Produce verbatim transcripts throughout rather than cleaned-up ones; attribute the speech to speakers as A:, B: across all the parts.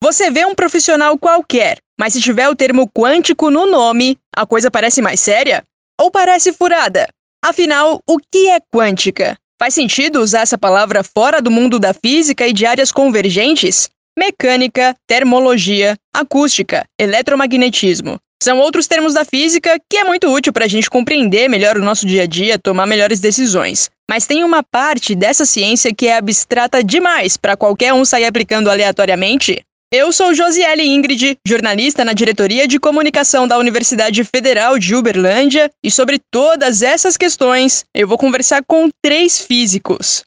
A: Você vê um profissional qualquer, mas se tiver o termo quântico no nome, a coisa parece mais séria? Ou parece furada? Afinal, o que é quântica? Faz sentido usar essa palavra fora do mundo da física e de áreas convergentes? Mecânica, termologia, acústica, eletromagnetismo. São outros termos da física que é muito útil para a gente compreender melhor o nosso dia a dia, tomar melhores decisões. Mas tem uma parte dessa ciência que é abstrata demais para qualquer um sair aplicando aleatoriamente. Eu sou Josiele Ingrid, jornalista na Diretoria de Comunicação da Universidade Federal de Uberlândia, e sobre todas essas questões, eu vou conversar com três físicos.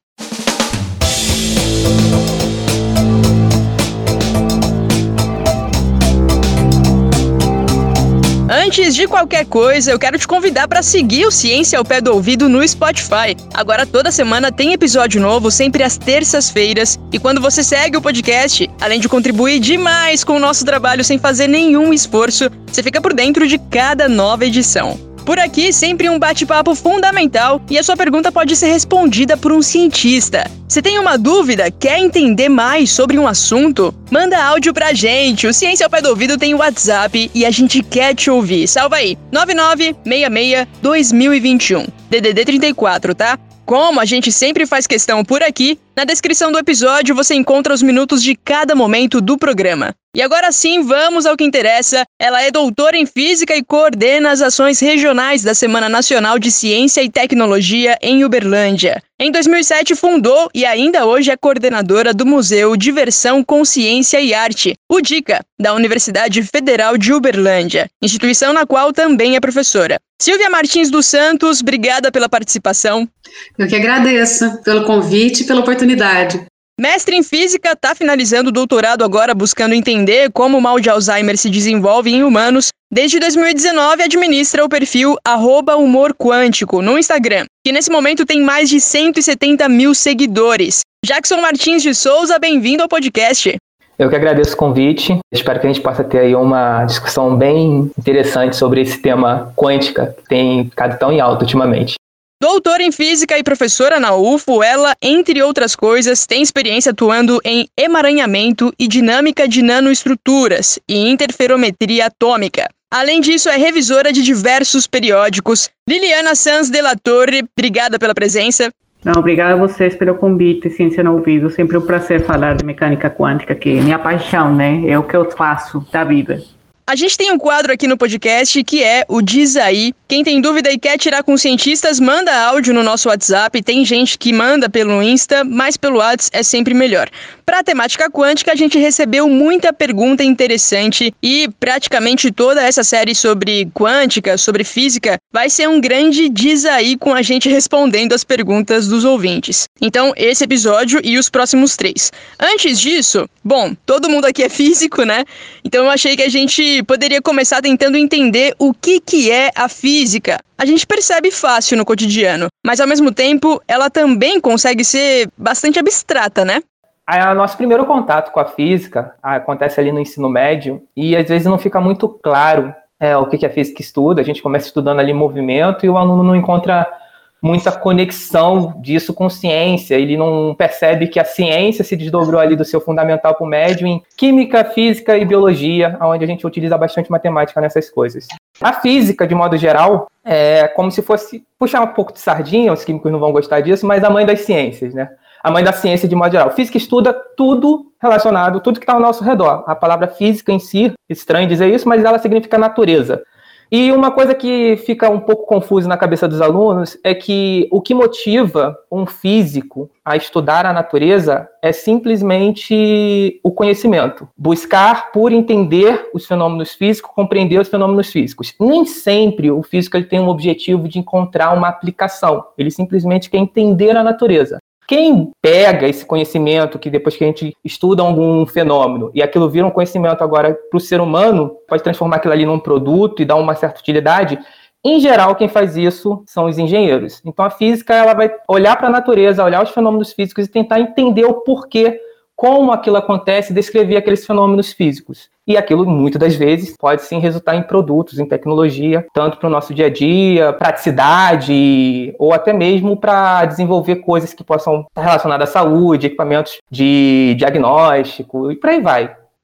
A: Antes de qualquer coisa, eu quero te convidar para seguir o Ciência ao Pé do Ouvido no Spotify. Agora toda semana tem episódio novo, sempre às terças-feiras. E quando você segue o podcast, além de contribuir demais com o nosso trabalho sem fazer nenhum esforço, você fica por dentro de cada nova edição. Por aqui, sempre um bate-papo fundamental e a sua pergunta pode ser respondida por um cientista. Se tem uma dúvida, quer entender mais sobre um assunto? Manda áudio pra gente. O Ciência ao Pé do Ouvido tem o WhatsApp e a gente quer te ouvir. Salva aí, nove nove seis seis dois mil e vinte e um, D D D trinta e quatro, tá? Como a gente sempre faz questão por aqui, na descrição do episódio você encontra os minutos de cada momento do programa. E agora sim, vamos ao que interessa. Ela é doutora em Física e coordena as ações regionais da Semana Nacional de Ciência e Tecnologia em Uberlândia. Em dois mil e sete fundou e ainda hoje é coordenadora do Museu Diversão, Consciência e Arte, o DICA, da Universidade Federal de Uberlândia, instituição na qual também é professora. Silvia Martins dos Santos, obrigada pela participação.
B: Eu que agradeço pelo convite e pela oportunidade.
A: Mestre em Física, está finalizando o doutorado agora buscando entender como o mal de Alzheimer se desenvolve em humanos. Desde dois mil e dezenove administra o perfil arroba humor quântico no Instagram, que nesse momento tem mais de cento e setenta mil seguidores. Jackson Martins de Souza, bem-vindo ao podcast.
C: Eu que agradeço o convite. Espero que a gente possa ter aí uma discussão bem interessante sobre esse tema quântica, que tem ficado tão em alta ultimamente.
A: Doutora em Física e professora na U F O, ela, entre outras coisas, tem experiência atuando em emaranhamento e dinâmica de nanoestruturas e interferometria atômica. Além disso, é revisora de diversos periódicos. Liliana Sanz de la Torre, obrigada pela presença.
D: Não, obrigada a vocês pelo convite, Ciência no Ouvido. Sempre um prazer falar de mecânica quântica, que é minha paixão, né? É o que eu faço da vida.
A: A gente tem um quadro aqui no podcast que é o Diz Aí. Quem tem dúvida e quer tirar com cientistas, manda áudio no nosso WhatsApp. Tem gente que manda pelo Insta, mas pelo WhatsApp é sempre melhor. Para a temática quântica, a gente recebeu muita pergunta interessante e praticamente toda essa série sobre quântica, sobre física, vai ser um grande Diz Aí com a gente respondendo as perguntas dos ouvintes. Então, esse episódio e os próximos três. Antes disso, bom, todo mundo aqui é físico, né? Então eu achei que a gente poderia começar tentando entender o que, que é a física. A gente percebe fácil no cotidiano, mas ao mesmo tempo ela também consegue ser bastante abstrata, né?
C: O nosso primeiro contato com a física acontece ali no ensino médio e às vezes não fica muito claro é, o que, que a física estuda. A gente começa estudando ali movimento e o aluno não encontra muita conexão disso com ciência, ele não percebe que a ciência se desdobrou ali do seu fundamental para o médio em química, física e biologia, onde a gente utiliza bastante matemática nessas coisas. A física, de modo geral, é como se fosse puxar um pouco de sardinha, os químicos não vão gostar disso, mas a mãe das ciências, né? A mãe da ciência de modo geral. Física estuda tudo relacionado, tudo que está ao nosso redor. A palavra física em si, estranho dizer isso, mas ela significa natureza. E uma coisa que fica um pouco confusa na cabeça dos alunos é que o que motiva um físico a estudar a natureza é simplesmente o conhecimento. Buscar por entender os fenômenos físicos, compreender os fenômenos físicos. Nem sempre o físico ele tem um objetivo de encontrar uma aplicação. Ele simplesmente quer entender a natureza. Quem pega esse conhecimento, que depois que a gente estuda algum fenômeno, e aquilo vira um conhecimento agora para o ser humano, pode transformar aquilo ali num produto e dar uma certa utilidade, em geral quem faz isso são os engenheiros. Então a física ela vai olhar para a natureza, olhar os fenômenos físicos e tentar entender o porquê, como aquilo acontece, descrever aqueles fenômenos físicos. E aquilo, muitas das vezes, pode sim resultar em produtos, em tecnologia, tanto para o nosso dia a dia, praticidade, ou até mesmo para desenvolver coisas que possam estar relacionadas à saúde, equipamentos de diagnóstico, e por aí vai.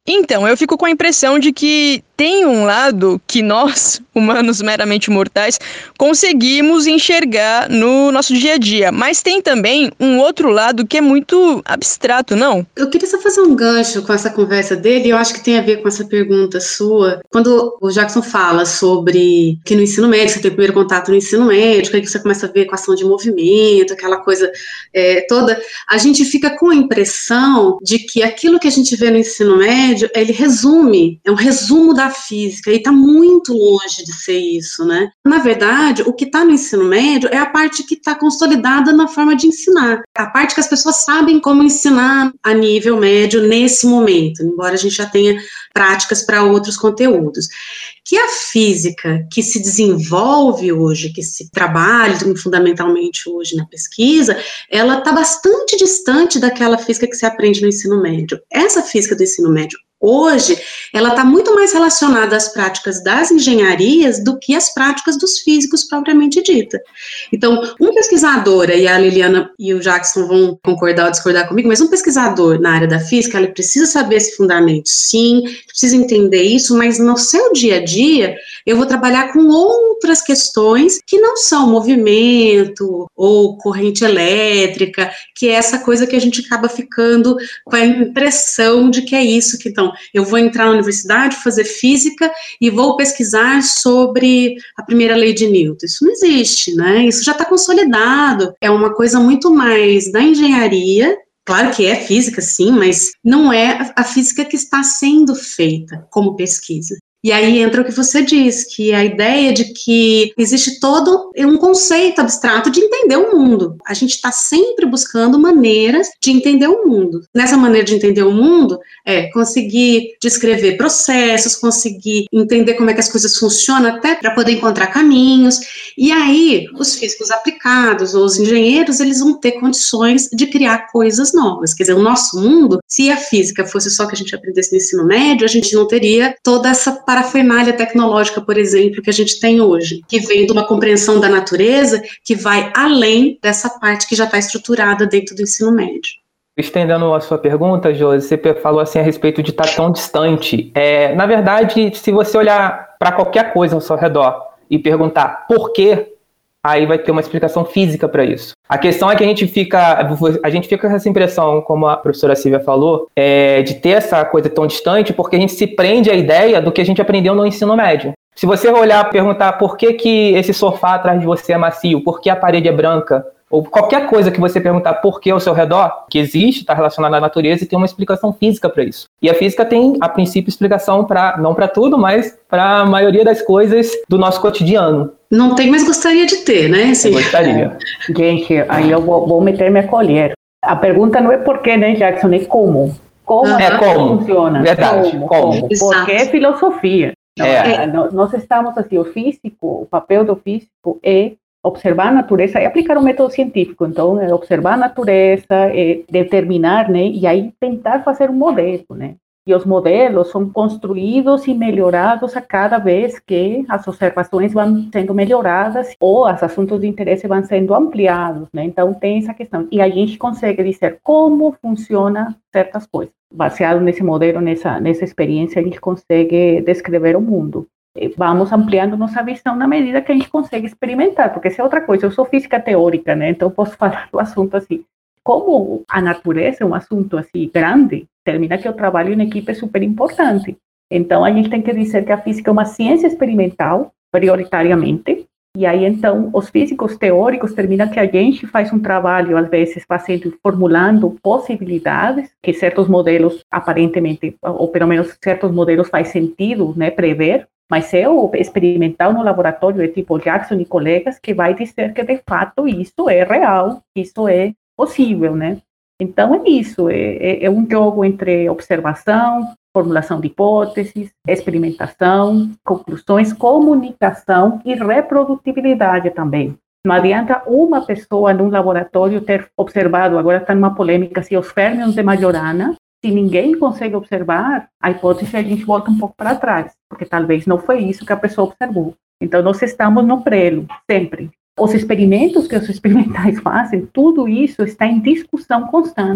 A: Então, eu fico com a impressão de que tem um lado que nós, humanos meramente mortais, conseguimos enxergar no nosso dia a dia, mas tem também um outro lado que é muito abstrato, não?
B: Eu queria só fazer um gancho com essa conversa dele, eu acho que tem a ver com essa pergunta sua. Quando o Jackson fala sobre que no ensino médio, você tem o primeiro contato no ensino médio, aí você começa a ver equação de movimento, aquela coisa é, toda, a gente fica com a impressão de que aquilo que a gente vê no ensino médio, ele resume, é um resumo da física, e está muito longe de ser isso, né? Na verdade, o que está no ensino médio é a parte que está consolidada na forma de ensinar, a parte que as pessoas sabem como ensinar a nível médio nesse momento, embora a gente já tenha práticas para outros conteúdos. Que a física que se desenvolve hoje, que se trabalha fundamentalmente hoje na pesquisa, ela está bastante distante daquela física que se aprende no ensino médio. Essa física do ensino médio hoje, ela está muito mais relacionada às práticas das engenharias do que às práticas dos físicos propriamente dita. Então, um pesquisador, e a Liliana e o Jackson vão concordar ou discordar comigo, mas um pesquisador na área da física, ele precisa saber esse fundamento, sim, precisa entender isso, mas no seu dia a dia, eu vou trabalhar com outras questões que não são movimento ou corrente elétrica, que é essa coisa que a gente acaba ficando com a impressão de que é isso que, então, eu vou entrar na universidade, fazer física e vou pesquisar sobre a primeira lei de Newton. Isso não existe, né? Isso já está consolidado. É uma coisa muito mais da engenharia. Claro que é física, sim, mas não é a física que está sendo feita como pesquisa. E aí entra o que você diz, que é a ideia de que existe todo um conceito abstrato de entender o mundo. A gente está sempre buscando maneiras de entender o mundo. Nessa maneira de entender o mundo, é conseguir descrever processos, conseguir entender como é que as coisas funcionam, até para poder encontrar caminhos. E aí, os físicos aplicados ou os engenheiros, eles vão ter condições de criar coisas novas. Quer dizer, o nosso mundo, se a física fosse só que a gente aprendesse no ensino médio, a gente não teria toda essa parafernália tecnológica, por exemplo, que a gente tem hoje, que vem de uma compreensão da natureza que vai além dessa parte que já está estruturada dentro do ensino médio.
C: Estendendo a sua pergunta, Josi, você falou assim a respeito de estar tão distante. É, na verdade, se você olhar para qualquer coisa ao seu redor e perguntar por quê, aí vai ter uma explicação física para isso. A questão é que a gente fica, a gente fica com essa impressão, como a professora Silvia falou, é, de ter essa coisa tão distante, porque a gente se prende à ideia do que a gente aprendeu no ensino médio. Se você olhar e perguntar por que, que esse sofá atrás de você é macio, por que a parede é branca, ou qualquer coisa que você perguntar por que ao seu redor, que existe, está relacionado à natureza e tem uma explicação física para isso. E a física tem, a princípio, explicação para, não para tudo, mas para a maioria das coisas do nosso cotidiano.
B: Não tem, mas gostaria de ter, né?
C: Sim. Gostaria.
D: Gente, aí eu vou, vou meter-me a colher. A pergunta não é por quê, né, Jackson? É como. Como
C: é como
D: funciona.
C: Verdade, como. como.
D: Porque é filosofia.
C: É.
D: Nós estamos assim, o físico, o papel do físico é observar a natureza e aplicar um método científico. Então, é observar a natureza, é determinar, né, e aí tentar fazer um modelo, né. E os modelos são construídos e melhorados a cada vez que as observações vão sendo melhoradas ou os assuntos de interesse vão sendo ampliados, né? Então, tem essa questão. E a gente consegue dizer como funciona certas coisas. Baseado nesse modelo, nessa, nessa experiência, a gente consegue descrever o mundo. E vamos ampliando nossa visão na medida que a gente consegue experimentar, porque essa é outra coisa. Eu sou física teórica, né? Então, posso falar do assunto assim. Como a natureza é um assunto assim grande, termina que o trabalho em equipe é super importante. Então, a gente tem que dizer que a física é uma ciência experimental, prioritariamente, e aí, então, os físicos teóricos termina que a gente faz um trabalho, às vezes, fazendo, formulando possibilidades, que certos modelos, aparentemente, ou pelo menos certos modelos faz sentido, né, prever, mas é o experimental no laboratório, é tipo Jackson e colegas, que vai dizer que, de fato, isso é real, isso é possível, né? Então, é isso, é, é um jogo entre observação, formulação de hipóteses, experimentação, conclusões, comunicação e reprodutibilidade também. Não adianta uma pessoa num laboratório ter observado, agora está numa polêmica, se os férmions de Majorana, se ninguém consegue observar, a hipótese a gente volta um pouco para trás, porque talvez não foi isso que a pessoa observou. Então, nós estamos no prelo, sempre. Os experimentos que os experimentais fazem, tudo isso está em discussão constante.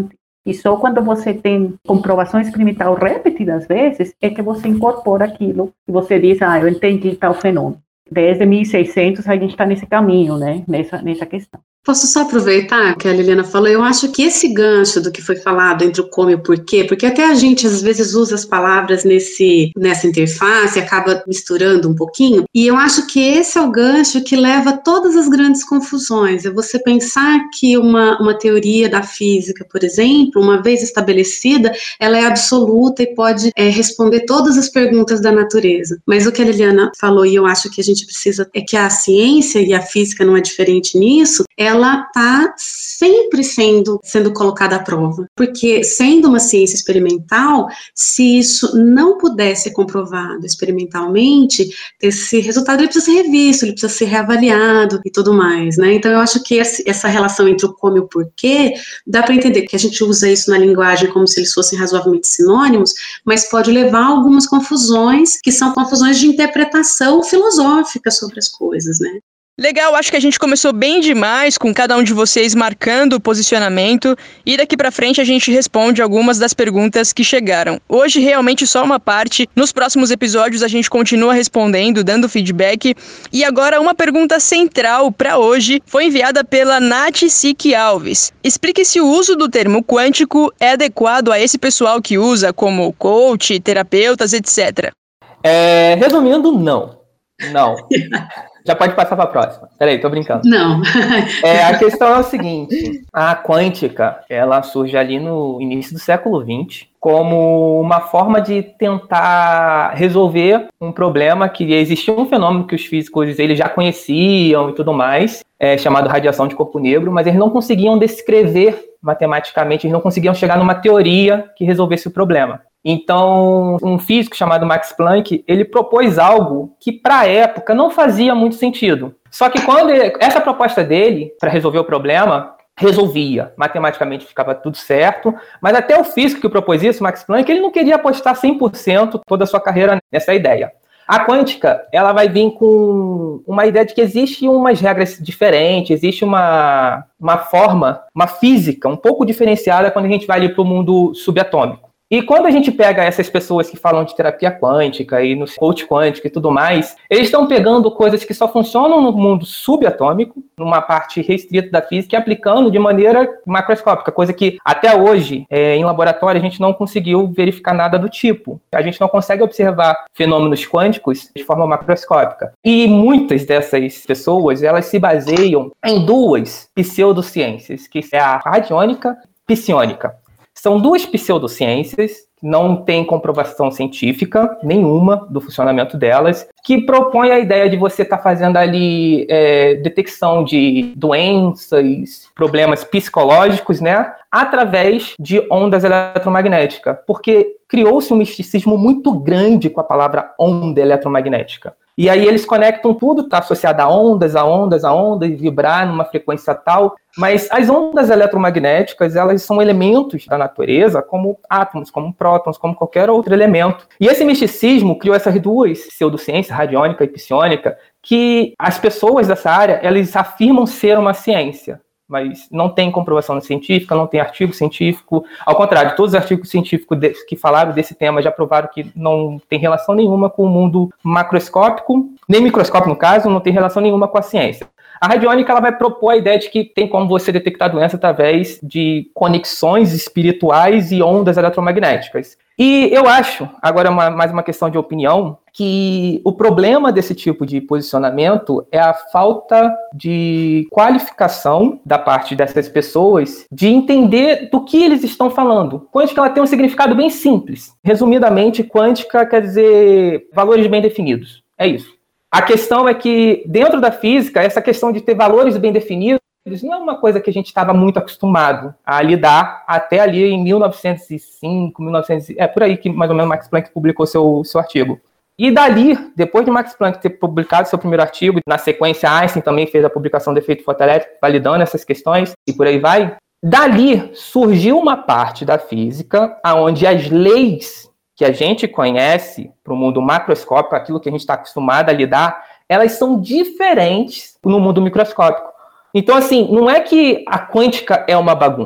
D: E só quando você tem comprovação experimental repetidas vezes é que você incorpora aquilo e você diz, ah, eu entendi tal fenômeno. Desde mil e seiscentos a gente está nesse caminho, né, nessa, nessa questão.
B: Posso só aproveitar que a Liliana falou? Eu acho que esse gancho do que foi falado entre o como e o porquê, porque até a gente às vezes usa as palavras nesse, nessa interface, acaba misturando um pouquinho, e eu acho que esse é o gancho que leva a todas as grandes confusões. É você pensar que uma, uma teoria da física, por exemplo, uma vez estabelecida, ela é absoluta e pode é, responder todas as perguntas da natureza. Mas o que a Liliana falou, e eu acho que a gente precisa, é que a ciência e a física não é diferente nisso, é ela está sempre sendo, sendo colocada à prova, porque sendo uma ciência experimental, se isso não puder ser comprovado experimentalmente, esse resultado ele precisa ser revisto, ele precisa ser reavaliado e tudo mais, né? Então eu acho que esse, essa relação entre o como e o porquê, dá para entender que a gente usa isso na linguagem como se eles fossem razoavelmente sinônimos, mas pode levar a algumas confusões, que são confusões de interpretação filosófica sobre as coisas, né?
A: Legal, acho que a gente começou bem demais com cada um de vocês marcando o posicionamento e daqui pra frente a gente responde algumas das perguntas que chegaram. Hoje realmente só uma parte, nos próximos episódios a gente continua respondendo, dando feedback. E agora uma pergunta central para hoje foi enviada pela Nath Sique Alves. Explique se o uso do termo quântico é adequado a esse pessoal que usa como coach, terapeutas, etcétera.
C: É, resumindo, não. Não. Já pode passar para a próxima. Peraí, tô brincando.
B: Não.
C: É, a questão é o seguinte, a quântica, ela surge ali no início do século vinte como uma forma de tentar resolver um problema que existia um fenômeno que os físicos eles já conheciam e tudo mais, é, chamado radiação de corpo negro, mas eles não conseguiam descrever matematicamente, eles não conseguiam chegar numa teoria que resolvesse o problema. Então, um físico chamado Max Planck, ele propôs algo que, para a época, não fazia muito sentido. Só que quando ele, essa proposta dele, para resolver o problema, resolvia. Matematicamente ficava tudo certo, mas até o físico que propôs isso, Max Planck, ele não queria apostar cem por cento toda a sua carreira nessa ideia. A quântica, ela vai vir com uma ideia de que existe umas regras diferentes, existe uma, uma forma, uma física um pouco diferenciada quando a gente vai ali para o mundo subatômico. E quando a gente pega essas pessoas que falam de terapia quântica e no coach quântico e tudo mais, eles estão pegando coisas que só funcionam no mundo subatômico, numa parte restrita da física, e aplicando de maneira macroscópica, coisa que até hoje, é, em laboratório, a gente não conseguiu verificar nada do tipo. A gente não consegue observar fenômenos quânticos de forma macroscópica. E muitas dessas pessoas, elas se baseiam em duas pseudociências, que é a radiônica e psiônica. São duas pseudociências, não tem comprovação científica nenhuma do funcionamento delas, que propõe a ideia de você estar tá fazendo ali é, detecção de doenças, problemas psicológicos, né, através de ondas eletromagnéticas, porque criou-se um misticismo muito grande com a palavra onda eletromagnética. E aí eles conectam tudo, está associado a ondas, a ondas, a ondas, vibrar numa frequência tal. Mas as ondas eletromagnéticas, elas são elementos da natureza, como átomos, como prótons, como qualquer outro elemento. E esse misticismo criou essas duas pseudociências, radiônica e psiônica, que as pessoas dessa área, elas afirmam ser uma ciência, mas não tem comprovação científica, não tem artigo científico. Ao contrário, todos os artigos científicos de, que falaram desse tema já provaram que não tem relação nenhuma com o mundo macroscópico, nem microscópico no caso, não tem relação nenhuma com a ciência. A radiônica ela vai propor a ideia de que tem como você detectar a doença através de conexões espirituais e ondas eletromagnéticas. E eu acho, agora uma, mais uma questão de opinião, que o problema desse tipo de posicionamento é a falta de qualificação da parte dessas pessoas de entender do que eles estão falando. Quântica ela tem um significado bem simples. Resumidamente, quântica quer dizer valores bem definidos. É isso. A questão é que, dentro da física, essa questão de ter valores bem definidos não é uma coisa que a gente estava muito acostumado a lidar até ali em mil novecentos e cinco, mil e novecentos, é por aí que mais ou menos Max Planck publicou seu, seu artigo. E dali, depois de Max Planck ter publicado seu primeiro artigo, na sequência Einstein também fez a publicação do efeito fotoelétrico, validando essas questões, e por aí vai, dali surgiu uma parte da física onde as leis que a gente conhece para o mundo macroscópico, aquilo que a gente está acostumado a lidar, elas são diferentes no mundo microscópico. Então, assim, não é que a quântica é uma bagunça.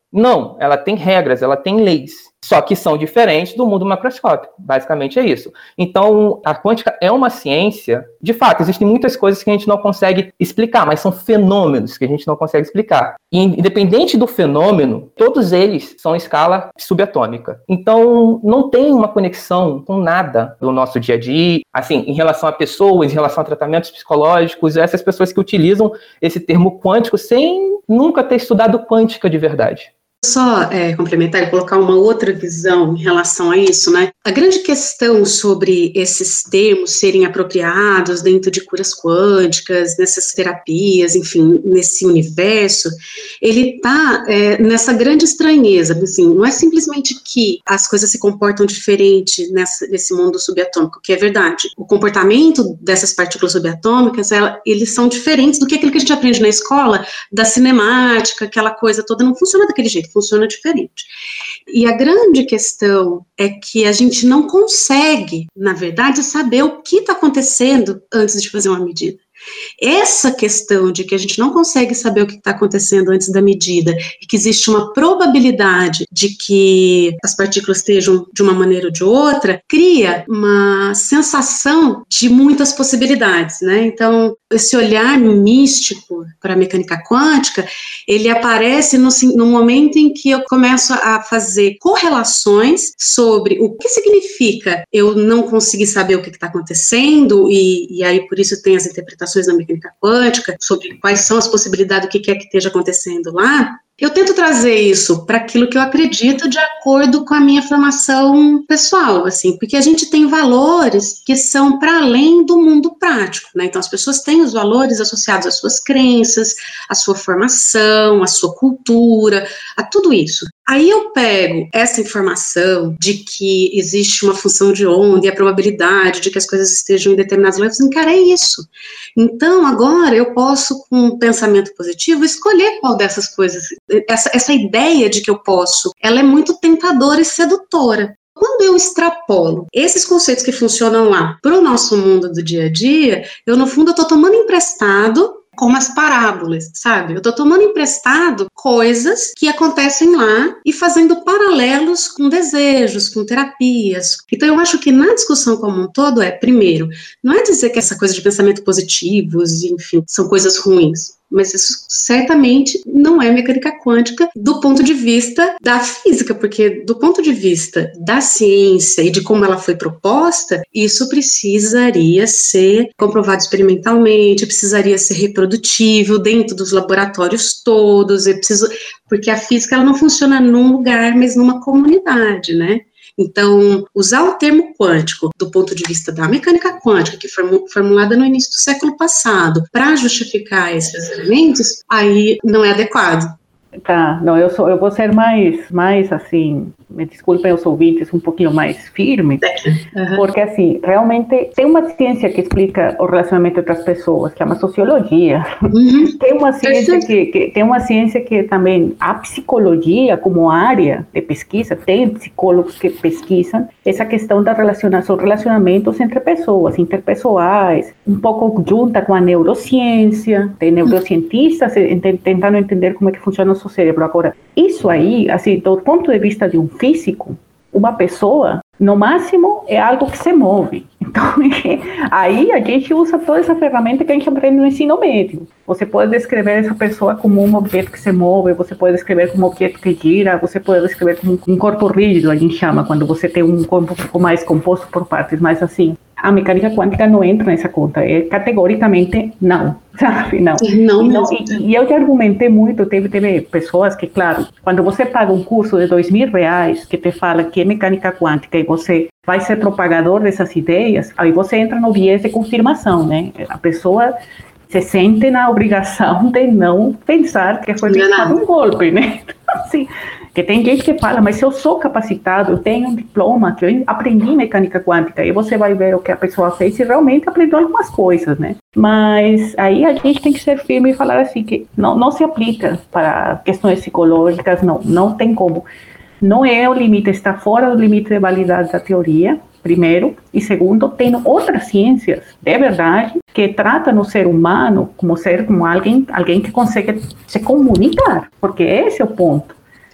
C: Não, ela tem regras, ela tem leis, só que são diferentes do mundo macroscópico. Basicamente é isso. Então, a quântica é uma ciência. De fato, existem muitas coisas que a gente não consegue explicar, mas são fenômenos que a gente não consegue explicar. E, independente do fenômeno, todos eles são em escala subatômica. Então, não tem uma conexão com nada do nosso dia a dia, assim, em relação a pessoas, em relação a tratamentos psicológicos, essas pessoas que utilizam esse termo quântico sem nunca ter estudado quântica de verdade.
B: Só é, complementar e colocar uma outra visão em relação a isso, né? A grande questão sobre esses termos serem apropriados dentro de curas quânticas, nessas terapias, enfim, nesse universo, ele está é, nessa grande estranheza, assim, não é simplesmente que as coisas se comportam diferente nessa, nesse mundo subatômico, que é verdade. O comportamento dessas partículas subatômicas, ela, eles são diferentes do que aquilo que a gente aprende na escola, da cinemática, aquela coisa toda, não funciona daquele jeito. Funciona diferente. E a grande questão é que a gente não consegue, na verdade, saber o que está acontecendo antes de fazer uma medida. Essa questão de que a gente não consegue saber o que está acontecendo antes da medida e que existe uma probabilidade de que as partículas estejam de uma maneira ou de outra, cria uma sensação de muitas possibilidades, né? Então, esse olhar místico para a mecânica quântica, ele aparece no, no momento em que eu começo a fazer correlações sobre o que significa eu não conseguir saber o que está acontecendo, e, e aí por isso tem as interpretações da mecânica quântica, sobre quais são as possibilidades do que quer que esteja acontecendo lá. Eu tento trazer isso para aquilo que eu acredito de acordo com a minha formação pessoal, assim, porque a gente tem valores que são para além do mundo prático, né? Então as pessoas têm os valores associados às suas crenças, à sua formação, à sua cultura, a tudo isso. Aí eu pego essa informação de que existe uma função de onda e a probabilidade de que as coisas estejam em determinados lugares, assim, cara, é isso. Então agora eu posso, com um pensamento positivo, escolher qual dessas coisas. Essa, essa ideia de que eu posso, ela é muito tentadora e sedutora. Quando eu extrapolo esses conceitos que funcionam lá para o nosso mundo do dia a dia, eu, no fundo, eu estou tomando emprestado como as parábolas, sabe? Eu estou tomando emprestado coisas que acontecem lá e fazendo paralelos com desejos, com terapias. Então, eu acho que na discussão como um todo é, primeiro, não é dizer que essa coisa de pensamento positivos, enfim, são coisas ruins, mas isso certamente não é mecânica quântica do ponto de vista da física, porque do ponto de vista da ciência e de como ela foi proposta, isso precisaria ser comprovado experimentalmente, precisaria ser reprodutível dentro dos laboratórios todos, é preciso, porque a física ela não funciona num lugar, mas numa comunidade, né? Então, usar o termo quântico do ponto de vista da mecânica quântica, que foi formulada no início do século passado, para justificar esses elementos, aí não é adequado.
D: Tá, não, eu, sou, eu vou ser mais, mais assim, me desculpem os ouvintes, um pouquinho mais firme, uhum. Porque assim, realmente tem uma ciência que explica o relacionamento entre as pessoas, que é uma sociologia, uhum. tem, uma ciência que, que, tem uma ciência que também, a psicologia como área de pesquisa, tem psicólogos que pesquisam essa questão da relacionação, relacionamentos entre pessoas, interpessoais, um pouco junta com a neurociência, tem neurocientistas tentando entender como é que funciona o seu cérebro. Agora, isso aí, assim, do ponto de vista de um físico, uma pessoa, no máximo, é algo que se move. Então, aí a gente usa toda essa ferramenta que a gente aprende no ensino médio. Você pode descrever essa pessoa como um objeto que se move, você pode descrever como um objeto que gira, você pode descrever como um corpo rígido, a gente chama, quando você tem um corpo um pouco mais composto por partes, mas assim, a mecânica quântica não entra nessa conta, é categoricamente não, sabe? Não. Não, e, não e, e eu já argumentei muito, teve, teve pessoas que, claro, quando você paga um curso de dois mil reais que te fala que é mecânica quântica e você vai ser propagador dessas ideias, aí você entra no viés de confirmação, né? A pessoa se sente na obrigação de não pensar que foi vítima de um golpe, né? Assim, que tem gente que fala, mas se eu sou capacitado, eu tenho um diploma, que eu aprendi mecânica quântica, e você vai ver o que a pessoa fez e realmente aprendeu algumas coisas, né? Mas aí a gente tem que ser firme e falar assim, que não, não se aplica para questões psicológicas, não, não tem como. Não é o limite, está fora do limite de validade da teoria, primeiro, e segundo, tem outras ciências, de verdade, que tratam o ser humano como ser como alguém, alguém que consegue se comunicar, porque esse é o ponto.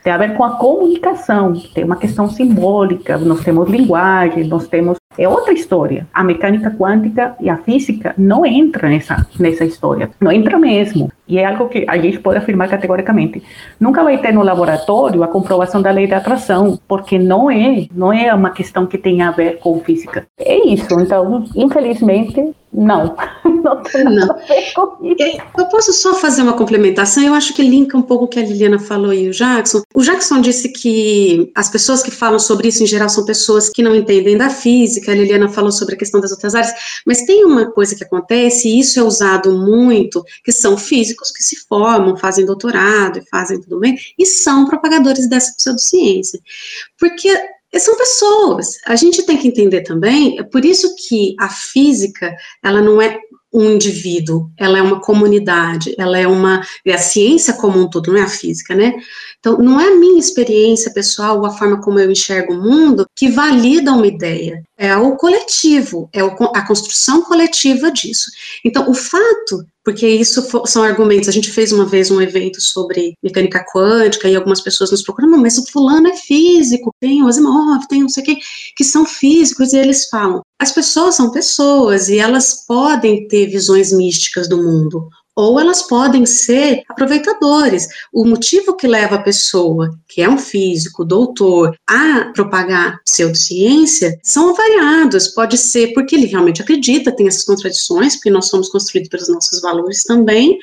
D: tem a ver com a comunicação, tem uma questão simbólica, nós temos linguagem, nós temos... É outra história. A mecânica quântica e a física não entram nessa, nessa história. Não entra mesmo. E é algo que a gente pode afirmar categoricamente. Nunca vai ter no laboratório a comprovação da lei da atração, porque não é, não é uma questão que tenha a ver com física. É isso. Então, infelizmente, não. Não tem nada
B: não.
D: a ver com isso.
B: Eu posso só fazer uma complementação? Eu acho que linka um pouco o que a Liliana falou e o Jackson. O Jackson disse que as pessoas que falam sobre isso, em geral, são pessoas que não entendem da física. A Liliana falou sobre a questão das outras áreas. Mas tem uma coisa que acontece, e isso é usado muito, que são físicos que se formam, fazem doutorado e fazem tudo bem, e são propagadores dessa pseudociência. Porque são pessoas. A gente tem que entender também, é por isso que a física, ela não é um indivíduo, ela é uma comunidade, ela é uma, é a ciência como um todo, não é a física, né? Então, não é a minha experiência pessoal, ou a forma como eu enxergo o mundo, que valida uma ideia, é o coletivo, é o, a construção coletiva disso. Então, o fato, porque isso for, são argumentos, a gente fez uma vez um evento sobre mecânica quântica, e algumas pessoas nos procuram, não, mas o fulano é físico, tem o Asimov, tem não sei o que, que são físicos, e eles falam, as pessoas são pessoas, e elas podem ter visões místicas do mundo, ou elas podem ser aproveitadores. O motivo que leva a pessoa, que é um físico, doutor, a propagar pseudociência, são variados. Pode ser porque ele realmente acredita, tem essas contradições, porque nós somos construídos pelos nossos valores também,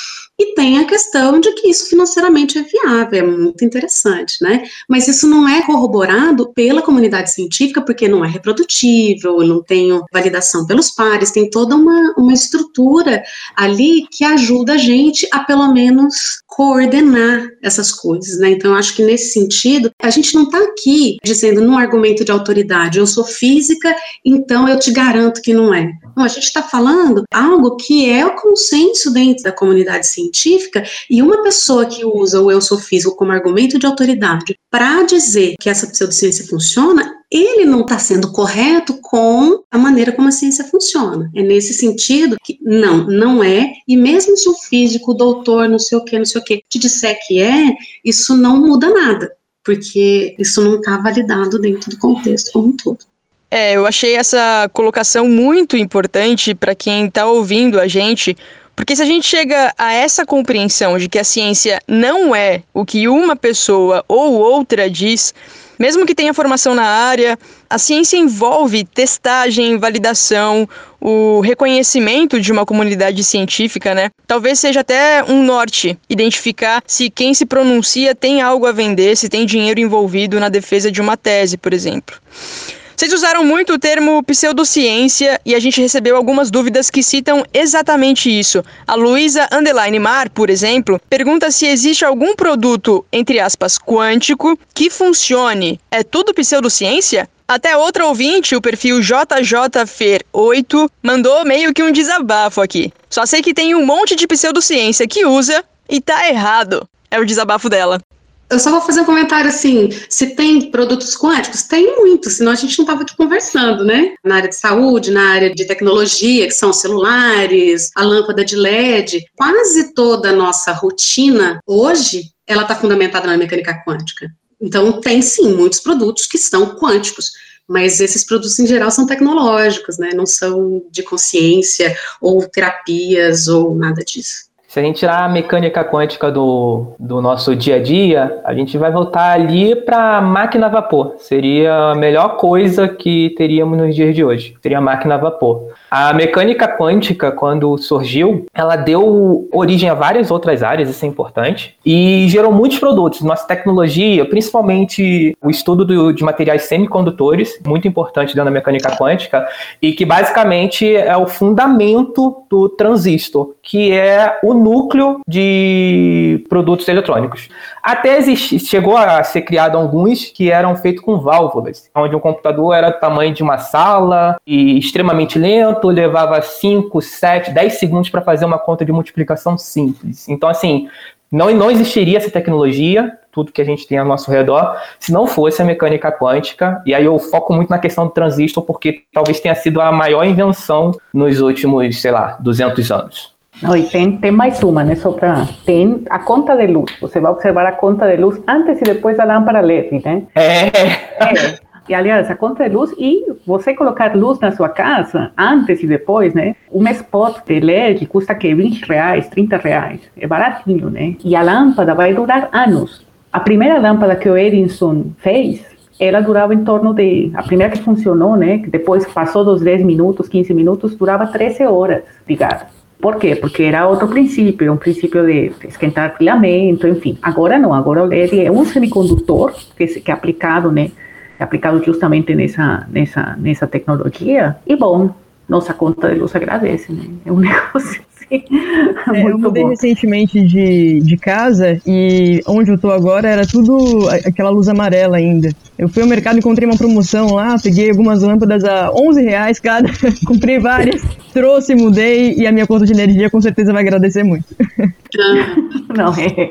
B: e tem a questão de que isso financeiramente é viável, é muito interessante, né? Mas isso não é corroborado pela comunidade científica, porque não é reprodutível, não tem validação pelos pares, tem toda uma, uma estrutura ali que ajuda a gente a, pelo menos, coordenar essas coisas, né? Então, eu acho que nesse sentido, a gente não está aqui dizendo num argumento de autoridade, eu sou física, então eu te garanto que não é. Não, a gente está falando algo que é o consenso dentro da comunidade científica, e uma pessoa que usa o eu sou físico como argumento de autoridade para dizer que essa pseudociência funciona, ele não está sendo correto com a maneira como a ciência funciona. É nesse sentido que não, não é, e mesmo se o físico, o doutor, não sei o que, não sei o que, te disser que é, isso não muda nada, porque isso não está validado dentro do contexto como um todo.
A: É, eu achei essa colocação muito importante para quem está ouvindo a gente, porque se a gente chega a essa compreensão de que a ciência não é o que uma pessoa ou outra diz, mesmo que tenha formação na área, a ciência envolve testagem, validação, o reconhecimento de uma comunidade científica, né? Talvez seja até um norte identificar se quem se pronuncia tem algo a vender, se tem dinheiro envolvido na defesa de uma tese, por exemplo. Vocês usaram muito o termo pseudociência e a gente recebeu algumas dúvidas que citam exatamente isso. A Luísa Underline Mar, por exemplo, pergunta se existe algum produto, entre aspas, quântico, que funcione. É tudo pseudociência? Até outra ouvinte, o perfil J J Fer oito, mandou meio que um desabafo aqui. Só sei que tem um monte de pseudociência que usa e tá errado. É o desabafo dela.
B: Eu só vou fazer um comentário assim, se tem produtos quânticos, tem muitos, senão a gente não estava aqui conversando, né? Na área de saúde, na área de tecnologia, que são celulares, a lâmpada de L E D, quase toda a nossa rotina hoje, ela está fundamentada na mecânica quântica. Então, tem sim, muitos produtos que são quânticos, mas esses produtos em geral são tecnológicos, né? Não são de consciência ou terapias ou nada disso.
C: Se a gente tirar a mecânica quântica do, do nosso dia a dia, a gente vai voltar ali para a máquina a vapor. Seria a melhor coisa que teríamos nos dias de hoje. Seria a máquina a vapor. A mecânica quântica, quando surgiu, ela deu origem a várias outras áreas, isso é importante, e gerou muitos produtos. Nossa tecnologia, principalmente o estudo do, de materiais semicondutores, muito importante dentro da mecânica quântica, e que basicamente é o fundamento do transistor, que é o núcleo de produtos eletrônicos. Até existe, chegou a ser criado alguns que eram feitos com válvulas, onde um computador era do tamanho de uma sala e extremamente lento, levava cinco, sete, dez segundos para fazer uma conta de multiplicação simples. Então, assim, não, não existiria essa tecnologia, tudo que a gente tem ao nosso redor, se não fosse a mecânica quântica. E aí eu foco muito na questão do transistor, porque talvez tenha sido a maior invenção nos últimos, sei lá, duzentos anos.
D: Não, e tem, tem mais uma, né? Só pra, tem a conta de luz. Você vai observar a conta de luz antes e depois da lâmpada L E D, né?
C: É.
D: É. E, aliás, a conta de luz e você colocar luz na sua casa antes e depois, né? Um spot de L E D custa que vinte reais, trinta reais. É baratinho, né? E a lâmpada vai durar anos. A primeira lâmpada que o Edison fez, ela durava em torno de... A primeira que funcionou, né? Que depois passou dos dez minutos, quinze minutos, durava treze horas ligada. Por quê? Porque era outro princípio, um princípio de esquentar filamento, enfim. Agora não, agora o L E D é um semicondutor que, que é aplicado, né? É aplicado justamente nessa, nessa, nessa tecnologia. E, bom, nossa conta de luz agradece, né? É um negócio assim,
A: é,
D: muito
A: eu mudei
D: bom.
A: recentemente de, de casa e onde eu tô agora era tudo aquela luz amarela ainda. Eu fui ao mercado, encontrei uma promoção lá, peguei algumas lâmpadas a onze reais cada, comprei várias, trouxe, mudei e a minha conta de energia com certeza vai agradecer muito.
D: Não, é...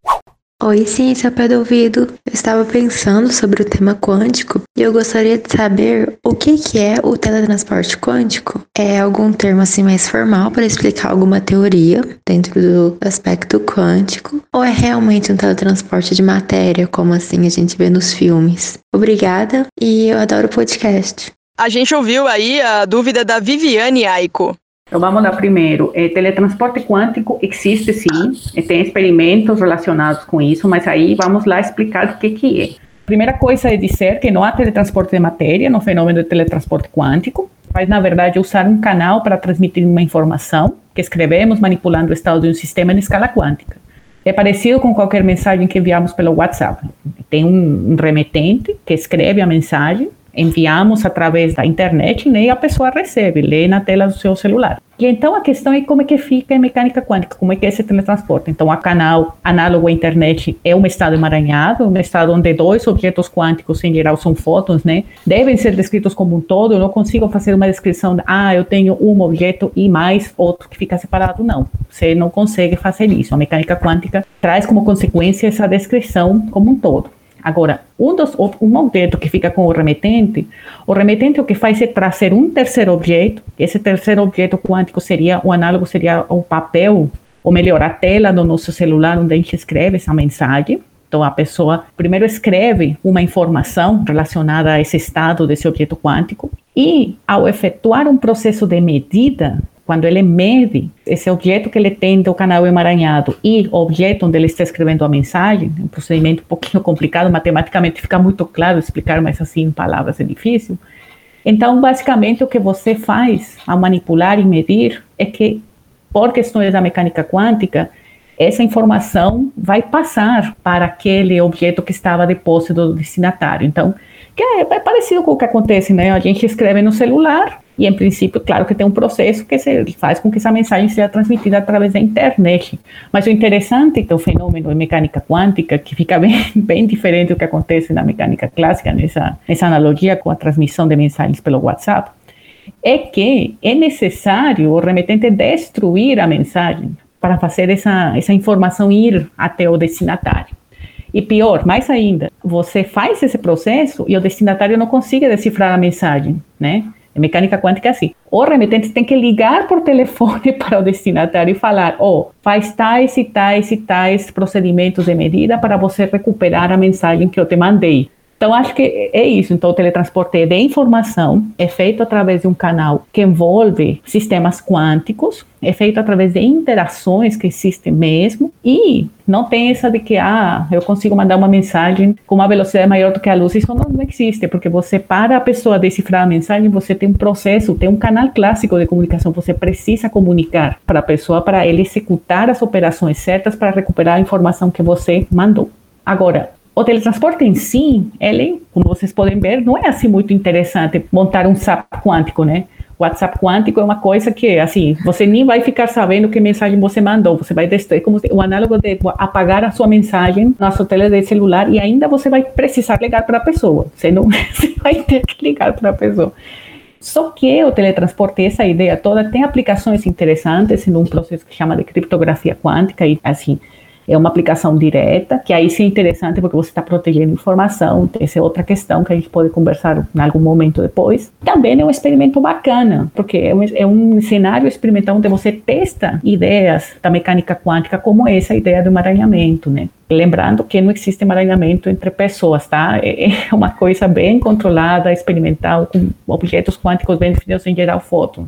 E: Oi, ciência ao pé do ouvido. Eu estava pensando sobre o tema quântico e eu gostaria de saber o que, que é o teletransporte quântico. É algum termo assim mais formal para explicar alguma teoria dentro do aspecto quântico? Ou é realmente um teletransporte de matéria, como assim a gente vê nos filmes? Obrigada e eu adoro o podcast.
A: A gente ouviu aí a dúvida da Viviane Aiko.
D: Então vamos lá primeiro. É, teletransporte quântico existe sim, e tem experimentos relacionados com isso, mas aí vamos lá explicar o que, que é. Primeira coisa é dizer que não há teletransporte de matéria no fenômeno de teletransporte quântico, mas na verdade usar um canal para transmitir uma informação que escrevemos manipulando o estado de um sistema em escala quântica. É parecido com qualquer mensagem que enviamos pelo WhatsApp. Tem um remetente que escreve a mensagem, enviamos através da internet, né, e a pessoa recebe, lê na tela do seu celular. E então a questão é como é que fica em mecânica quântica, como é que é esse teletransporte. Então, o canal análogo à internet é um estado emaranhado, um estado onde dois objetos quânticos, em geral são fótons, né, devem ser descritos como um todo. Eu não consigo fazer uma descrição de, ah, eu tenho um objeto e mais outro que fica separado. Não, você não consegue fazer isso. A mecânica quântica traz como consequência essa descrição como um todo. Agora, um, dos, um objeto que fica com o remetente, o remetente o que faz é trazer um terceiro objeto. Esse terceiro objeto quântico seria, o análogo seria o papel, ou melhor, a tela do nosso celular onde a gente escreve essa mensagem. Então, a pessoa primeiro escreve uma informação relacionada a esse estado desse objeto quântico e, ao efetuar um processo de medida, quando ele mede esse objeto que ele tem do canal emaranhado e o objeto onde ele está escrevendo a mensagem, um procedimento um pouquinho complicado, matematicamente fica muito claro explicar, mas assim em palavras é difícil. Então, basicamente, o que você faz ao manipular e medir é que, por questões da mecânica quântica, essa informação vai passar para aquele objeto que estava deposto do destinatário. Então, que é, é parecido com o que acontece, né? A gente escreve no celular e, em princípio, claro que tem um processo que se faz com que essa mensagem seja transmitida através da internet. Mas o interessante é que o fenômeno de mecânica quântica, que fica bem, bem diferente do que acontece na mecânica clássica, nessa, nessa analogia com a transmissão de mensagens pelo WhatsApp, é que é necessário o remetente destruir a mensagem para fazer essa, essa informação ir até o destinatário. E pior, mais ainda, você faz esse processo e o destinatário não consegue decifrar a mensagem, né? A mecânica quântica é assim. O remetente tem que ligar por telefone para o destinatário e falar, oh, faz tais e tais e tais procedimentos de medida para você recuperar a mensagem que eu te mandei. Então, acho que é isso. Então, o teletransporte de informação é feito através de um canal que envolve sistemas quânticos, é feito através de interações que existem mesmo, e não tem essa de que, ah, eu consigo mandar uma mensagem com uma velocidade maior do que a luz. Isso não, não existe, porque você, para a pessoa decifrar a mensagem, você tem um processo, tem um canal clássico de comunicação, você precisa comunicar para a pessoa, para ele executar as operações certas para recuperar a informação que você mandou. Agora, o teletransporte em si, ele, como vocês podem ver, não é assim muito interessante montar um WhatsApp quântico, né? O WhatsApp quântico é uma coisa que, assim, você nem vai ficar sabendo que mensagem você mandou. Você vai destruir, como o análogo de apagar a sua mensagem na sua tela de celular e ainda você vai precisar ligar para a pessoa. Você não você vai ter que ligar para a pessoa. Só que o teletransporte, essa ideia toda, tem aplicações interessantes em um processo que chama de criptografia quântica e, assim, é uma aplicação direta, que aí sim é interessante porque você está protegendo informação, essa é outra questão que a gente pode conversar em algum momento depois. Também é um experimento bacana, porque é um, é um cenário experimental onde você testa ideias da mecânica quântica, como essa ideia do emaranhamento, né? Lembrando que não existe emaranhamento entre pessoas, tá? É uma coisa bem controlada, experimental, com objetos quânticos bem definidos, em geral, fótons.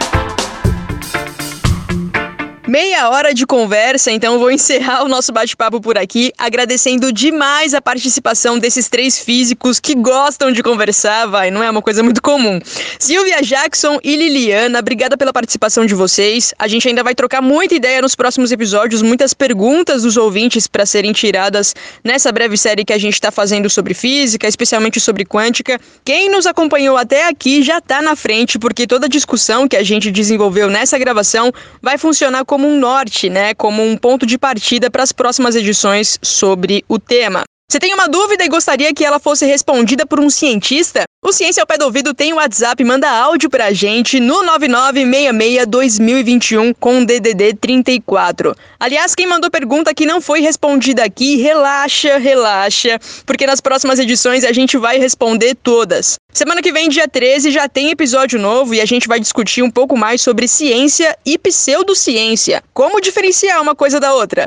A: Meia hora de conversa, então vou encerrar o nosso bate-papo por aqui, agradecendo demais a participação desses três físicos que gostam de conversar, vai, não é uma coisa muito comum. Silvia, Jackson e Liliana, obrigada pela participação de vocês. A gente ainda vai trocar muita ideia nos próximos episódios, muitas perguntas dos ouvintes para serem tiradas nessa breve série que a gente está fazendo sobre física, especialmente sobre quântica. Quem nos acompanhou até aqui já está na frente, porque toda a discussão que a gente desenvolveu nessa gravação vai funcionar como um norte, né, como um ponto de partida para as próximas edições sobre o tema. Você tem uma dúvida e gostaria que ela fosse respondida por um cientista? O Ciência ao Pé do Ouvido tem o WhatsApp, manda áudio pra gente no nove nove seis seis dois mil e vinte e um com D D D trinta e quatro. Aliás, quem mandou pergunta que não foi respondida aqui, relaxa, relaxa, porque nas próximas edições a gente vai responder todas. Semana que vem, dia treze, já tem episódio novo e a gente vai discutir um pouco mais sobre ciência e pseudociência. Como diferenciar uma coisa da outra?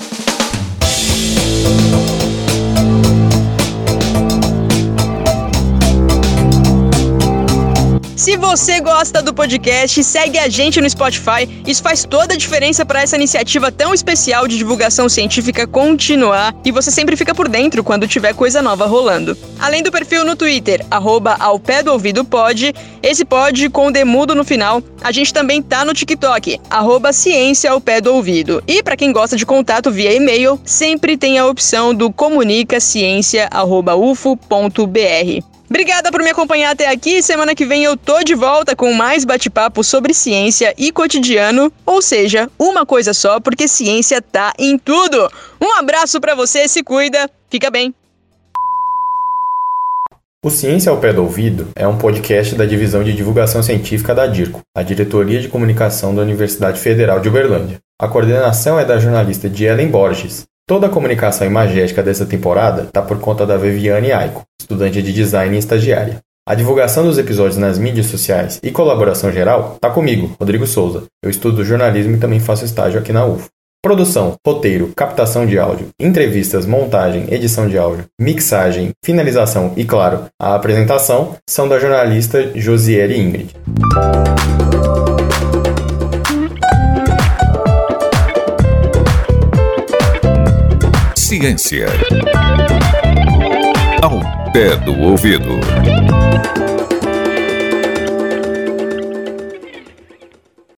A: Se você gosta do podcast, segue a gente no Spotify. Isso faz toda a diferença para essa iniciativa tão especial de divulgação científica continuar e você sempre fica por dentro quando tiver coisa nova rolando. Além do perfil no Twitter, arroba ao pé do ouvido pod, esse pod com demudo no final, a gente também tá no TikTok, arroba ciência ao pé do ouvido. E para quem gosta de contato via e-mail, sempre tem a opção do comunicaciência arroba u f o ponto b r. Obrigada por me acompanhar até aqui. Semana que vem eu tô de volta com mais bate-papo sobre ciência e cotidiano, ou seja, uma coisa só, porque ciência tá em tudo. Um abraço pra você, se cuida, fica bem.
F: O Ciência ao Pé do Ouvido é um podcast da Divisão de Divulgação Científica da DIRCO, a Diretoria de Comunicação da Universidade Federal de Uberlândia. A coordenação é da jornalista Dielen Borges. Toda a comunicação imagética dessa temporada está por conta da Viviane Aiko, estudante de design e estagiária. A divulgação dos episódios nas mídias sociais e colaboração geral está comigo, Rodrigo Souza. Eu estudo jornalismo e também faço estágio aqui na U F O. Produção, roteiro, captação de áudio, entrevistas, montagem, edição de áudio, mixagem, finalização e, claro, a apresentação são da jornalista Josiele Ingrid.
G: Ciência ao pé do ouvido.